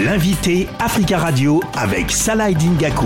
L'invité Africa Radio avec Salah Eddine Gakou.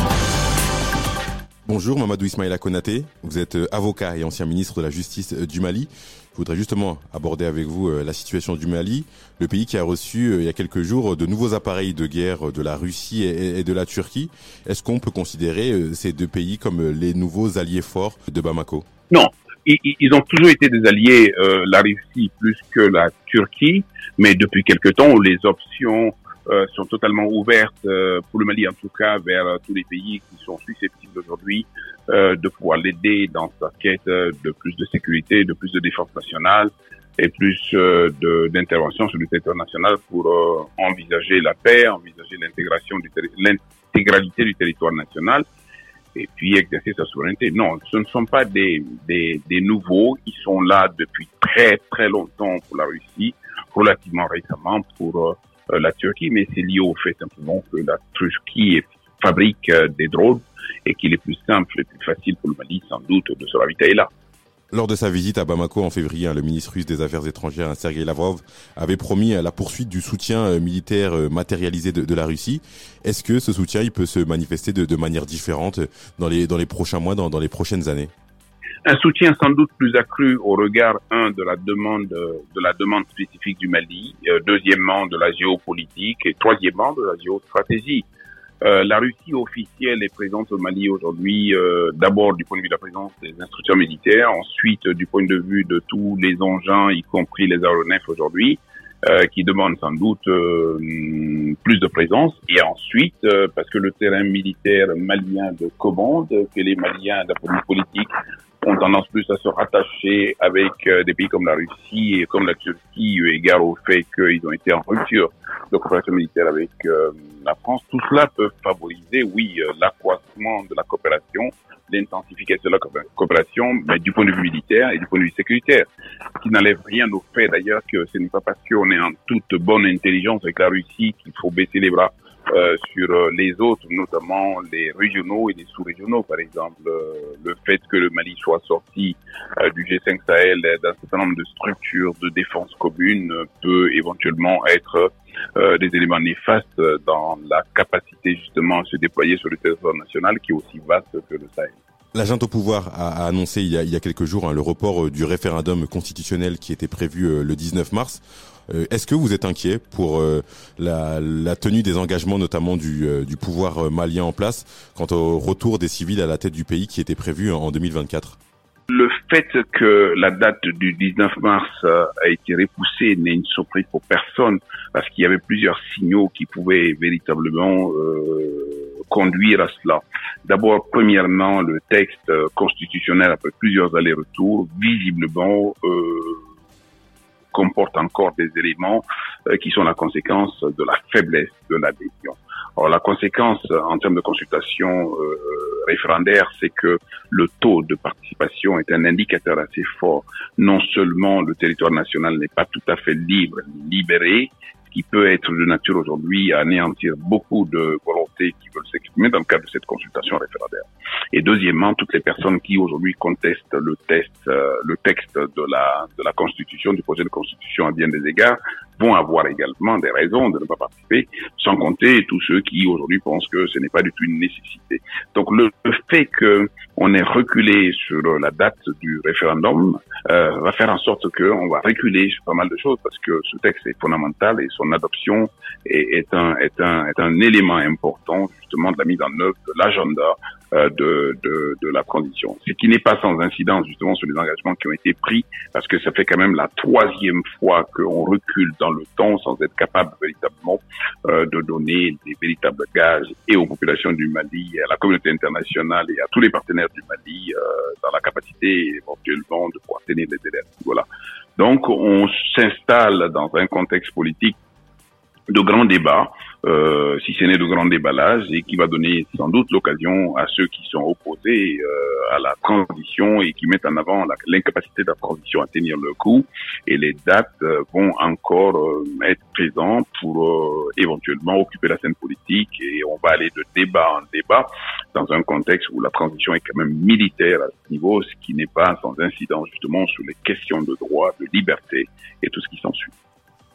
Bonjour Mamadou Ismaïla Konaté, vous êtes avocat et ancien ministre de la Justice du Mali. Je voudrais justement aborder avec vous la situation du Mali, le pays qui a reçu il y a quelques jours de nouveaux appareils de guerre de la Russie et de la Turquie. Est-ce qu'on peut considérer ces deux pays comme les nouveaux alliés forts de Bamako ? Non, ils ont toujours été des alliés, la Russie plus que la Turquie, mais depuis quelque temps, les options sont totalement ouvertes, pour le Mali en tout cas, vers tous les pays qui sont susceptibles aujourd'hui de pouvoir l'aider dans sa quête de plus de sécurité, de plus de défense nationale et plus d'intervention sur le territoire national pour envisager la paix, envisager l'intégralité du territoire national et puis exercer sa souveraineté. Non, ce ne sont pas des nouveaux, ils sont là depuis très très longtemps pour la Russie, relativement récemment pour la Turquie, mais c'est lié au fait simplement que la Turquie fabrique des drones et qu'il est plus simple et plus facile pour le Mali, sans doute, de se ravitailler là. Lors de sa visite à Bamako en février, le ministre russe des Affaires étrangères, Sergueï Lavrov, avait promis la poursuite du soutien militaire matérialisé de la Russie. Est-ce que ce soutien il peut se manifester de manière différente dans les prochains mois, dans les prochaines années ? Un soutien sans doute plus accru au regard, de la demande spécifique du Mali, deuxièmement de la géopolitique et troisièmement de la géostratégie. La Russie officielle est présente au Mali aujourd'hui, d'abord du point de vue de la présence des instructeurs militaires, ensuite du point de vue de tous les engins, y compris les aéronefs aujourd'hui, qui demandent sans doute plus de présence, et ensuite parce que le terrain militaire malien de commande, que les Maliens d'un point de vue politique ont tendance plus à se rattacher avec des pays comme la Russie et comme la Turquie, eu égard au fait qu'ils ont été en rupture de coopération militaire avec la France. Tout cela peut favoriser, l'accroissement de la coopération, l'intensification de la coopération, mais du point de vue militaire et du point de vue sécuritaire. Ce qui n'enlève rien au fait d'ailleurs que ce n'est pas parce qu'on est en toute bonne intelligence avec la Russie qu'il faut baisser les bras sur les autres, notamment les régionaux et les sous-régionaux, par exemple. Le fait que le Mali soit sorti du G5 Sahel d'un certain nombre de structures de défense commune peut éventuellement être des éléments néfastes dans la capacité justement à se déployer sur le territoire national qui est aussi vaste que le Sahel. La junte au pouvoir a annoncé il y a quelques jours le report du référendum constitutionnel qui était prévu le 19 mars. Est-ce que vous êtes inquiet pour la tenue des engagements, notamment du pouvoir malien en place, quant au retour des civils à la tête du pays qui était prévu en 2024 ? Le fait que la date du 19 mars a été repoussée n'est une surprise pour personne, parce qu'il y avait plusieurs signaux qui pouvaient véritablement conduire à cela. D'abord, premièrement, le texte constitutionnel, après plusieurs allers-retours, visiblement comporte encore des éléments qui sont la conséquence de la faiblesse de l'adhésion. Alors la conséquence en termes de consultation référendaire, c'est que le taux de participation est un indicateur assez fort. Non seulement le territoire national n'est pas tout à fait libre, libéré, ce qui peut être de nature aujourd'hui à anéantir beaucoup de volontés qui veulent s'exprimer dans le cadre de cette consultation référendaire. Et deuxièmement, toutes les personnes qui aujourd'hui contestent le texte de la Constitution, du projet de Constitution à bien des égards, vont avoir également des raisons de ne pas participer, sans compter tous ceux qui aujourd'hui pensent que ce n'est pas du tout une nécessité. Donc le fait qu'on ait reculé sur la date du référendum va faire en sorte qu'on va reculer sur pas mal de choses, parce que ce texte est fondamental et son adoption est un élément important justement de la mise en œuvre de l'agenda de la transition. Ce qui n'est pas sans incidence justement sur les engagements qui ont été pris, parce que ça fait quand même la troisième fois qu'on recule dans le temps sans être capable véritablement de donner des véritables gages et aux populations du Mali, à la communauté internationale et à tous les partenaires du Mali dans la capacité éventuellement de pouvoir tenir les délais. Voilà. Donc on s'installe dans un contexte politique de grands débats, si ce n'est de grands déballages, et qui va donner sans doute l'occasion à ceux qui sont opposés à la transition et qui mettent en avant l'incapacité de la transition à tenir le coup. Et les dates vont encore être présents pour éventuellement occuper la scène politique, et on va aller de débat en débat dans un contexte où la transition est quand même militaire à ce niveau, ce qui n'est pas sans incidence justement sur les questions de droit, de liberté et tout ce qui s'ensuit.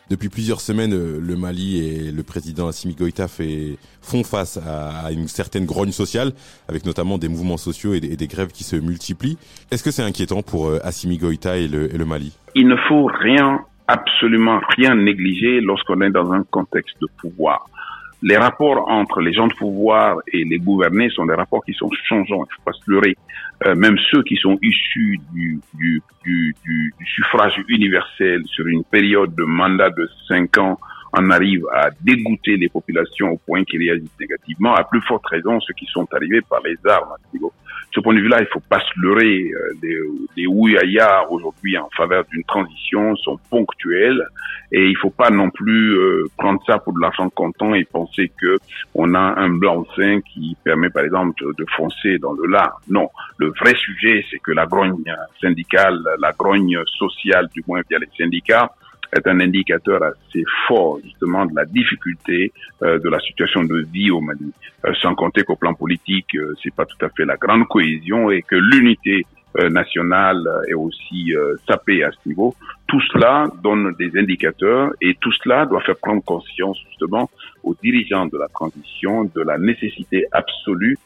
Depuis plusieurs semaines, le Mali et le président Assimi Goïta font face à une certaine grogne sociale, avec notamment des mouvements sociaux et des grèves qui se multiplient. Est-ce que c'est inquiétant pour Assimi Goïta et le Mali? Il ne faut absolument rien négliger lorsqu'on est dans un contexte de pouvoir. Les rapports entre les gens de pouvoir et les gouvernés sont des rapports qui sont changeants, il ne faut pas se leurrer. Même ceux qui sont issus du suffrage universel sur une période de mandat de 5 ans en arrivent à dégoûter les populations au point qu'ils réagissent négativement. À plus forte raison, ceux qui sont arrivés par les armes. De ce point de vue-là, il ne faut pas se leurrer. Les ouïaïas aujourd'hui en faveur d'une transition sont ponctuels et il ne faut pas non plus prendre ça pour de l'argent comptant et penser que on a un blanc-seing qui permet par exemple de foncer dans le lard. Non, le vrai sujet, c'est que la grogne syndicale, la grogne sociale du moins via les syndicats, est un indicateur assez fort justement de la difficulté de la situation de vie au Mali. Sans compter qu'au plan politique, c'est pas tout à fait la grande cohésion et que l'unité nationale est aussi sapée à ce niveau. Tout cela donne des indicateurs et tout cela doit faire prendre conscience justement aux dirigeants de la transition de la nécessité absolue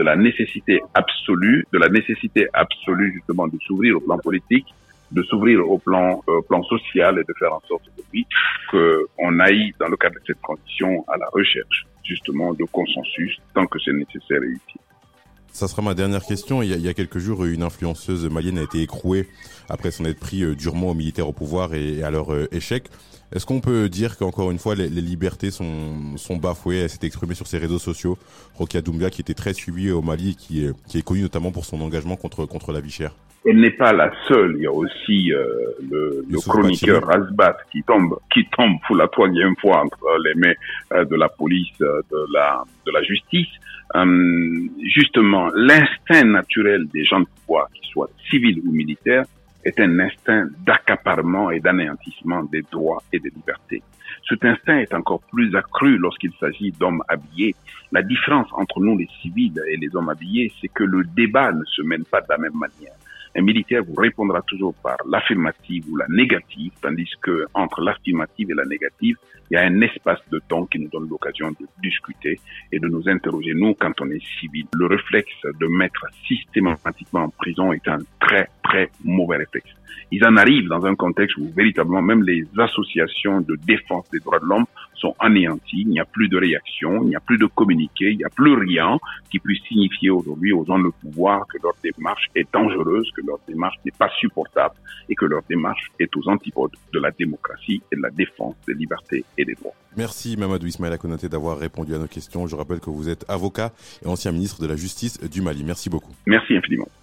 justement de s'ouvrir au plan politique, de s'ouvrir au plan social et de faire en sorte aujourd'hui qu'on aille, dans le cadre de cette transition, à la recherche, justement, de consensus, tant que c'est nécessaire et utile. Ça sera ma dernière question. Il y a quelques jours, une influenceuse malienne a été écrouée après s'en être pris durement aux militaires au pouvoir et à leur échec. Est-ce qu'on peut dire qu'encore une fois, les libertés sont bafouées? Elle s'est exprimée sur ses réseaux sociaux. Rokia Doumbia, qui était très suivie au Mali, qui est connue notamment pour son engagement contre la vie chère. Elle n'est pas la seule. Il y a aussi le chroniqueur Rasbat qui tombe pour la 3e fois entre les mains de la police, de la justice. Justement, l'instinct naturel des gens de pouvoir, qu'ils soient civils ou militaires, est un instinct d'accaparement et d'anéantissement des droits et des libertés. Cet instinct est encore plus accru lorsqu'il s'agit d'hommes habillés. La différence entre nous, les civils, et les hommes habillés, c'est que le débat ne se mène pas de la même manière. Un militaire vous répondra toujours par l'affirmative ou la négative, tandis que entre l'affirmative et la négative, il y a un espace de temps qui nous donne l'occasion de discuter et de nous interroger, nous, quand on est civil. Le réflexe de mettre systématiquement en prison est un très, très mauvais réflexe. Ils en arrivent dans un contexte où véritablement même les associations de défense des droits de l'homme sont anéanties, il n'y a plus de réaction, il n'y a plus de communiqué, il n'y a plus rien qui puisse signifier aujourd'hui aux gens de pouvoir que leur démarche est dangereuse, que leur démarche n'est pas supportable et que leur démarche est aux antipodes de la démocratie et de la défense des libertés et des droits. Merci Mamadou Ismaïla Konaté d'avoir répondu à nos questions. Je rappelle que vous êtes avocat et ancien ministre de la Justice du Mali. Merci beaucoup. Merci infiniment.